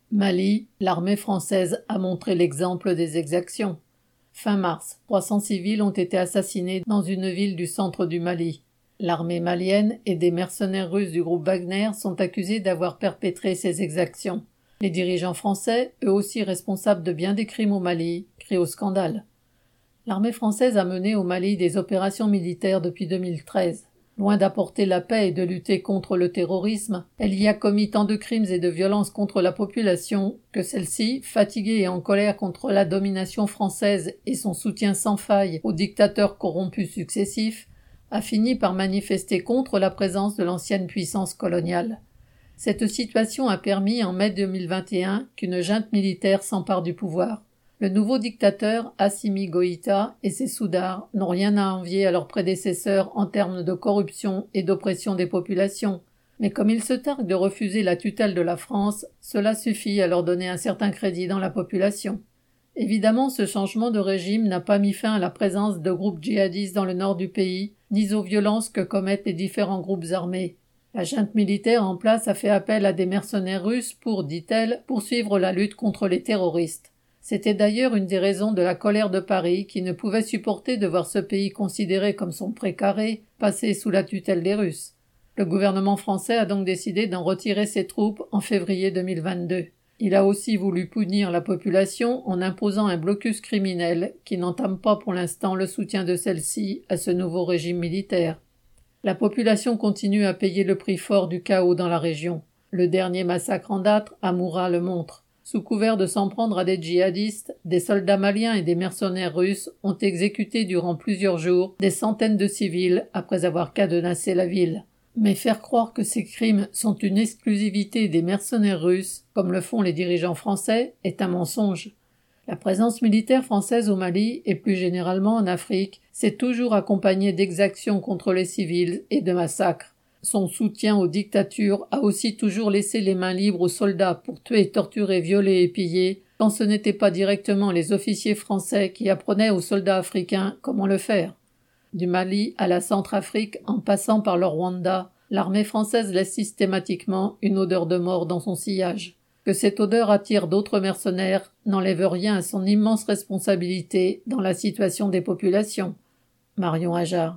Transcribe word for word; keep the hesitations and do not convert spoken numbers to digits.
Mali, l'armée française a montré l'exemple des exactions. Fin mars, trois cents civils ont été assassinés dans une ville du centre du Mali. L'armée malienne et des mercenaires russes du groupe Wagner sont accusés d'avoir perpétré ces exactions. Les dirigeants français, eux aussi responsables de bien des crimes au Mali, crient au scandale. L'armée française a mené au Mali des opérations militaires depuis deux mille treize. Loin d'apporter la paix et de lutter contre le terrorisme, elle y a commis tant de crimes et de violences contre la population que celle-ci, fatiguée et en colère contre la domination française et son soutien sans faille aux dictateurs corrompus successifs, a fini par manifester contre la présence de l'ancienne puissance coloniale. Cette situation a permis en mai deux mille vingt et un qu'une junte militaire s'empare du pouvoir. Le nouveau dictateur Assimi Goïta et ses soudards n'ont rien à envier à leurs prédécesseurs en termes de corruption et d'oppression des populations. Mais comme ils se targuent de refuser la tutelle de la France, cela suffit à leur donner un certain crédit dans la population. Évidemment, ce changement de régime n'a pas mis fin à la présence de groupes djihadistes dans le nord du pays, ni aux violences que commettent les différents groupes armés. La junte militaire en place a fait appel à des mercenaires russes pour, dit-elle, poursuivre la lutte contre les terroristes. C'était d'ailleurs une des raisons de la colère de Paris qui ne pouvait supporter de voir ce pays considéré comme son précaré passer sous la tutelle des Russes. Le gouvernement français a donc décidé d'en retirer ses troupes en février deux mille vingt-deux. Il a aussi voulu punir la population en imposant un blocus criminel qui n'entame pas pour l'instant le soutien de celle-ci à ce nouveau régime militaire. La population continue à payer le prix fort du chaos dans la région. Le dernier massacre en date, à Moura, le montre. Sous couvert de s'en prendre à des djihadistes, des soldats maliens et des mercenaires russes ont exécuté durant plusieurs jours des centaines de civils après avoir cadenassé la ville. Mais faire croire que ces crimes sont une exclusivité des mercenaires russes, comme le font les dirigeants français, est un mensonge. La présence militaire française au Mali, et plus généralement en Afrique, s'est toujours accompagnée d'exactions contre les civils et de massacres. Son soutien aux dictatures a aussi toujours laissé les mains libres aux soldats pour tuer, torturer, violer et piller, quand ce n'étaient pas directement les officiers français qui apprenaient aux soldats africains comment le faire. Du Mali à la Centrafrique, en passant par le Rwanda, l'armée française laisse systématiquement une odeur de mort dans son sillage. Que cette odeur attire d'autres mercenaires n'enlève rien à son immense responsabilité dans la situation des populations. Marion Ajard.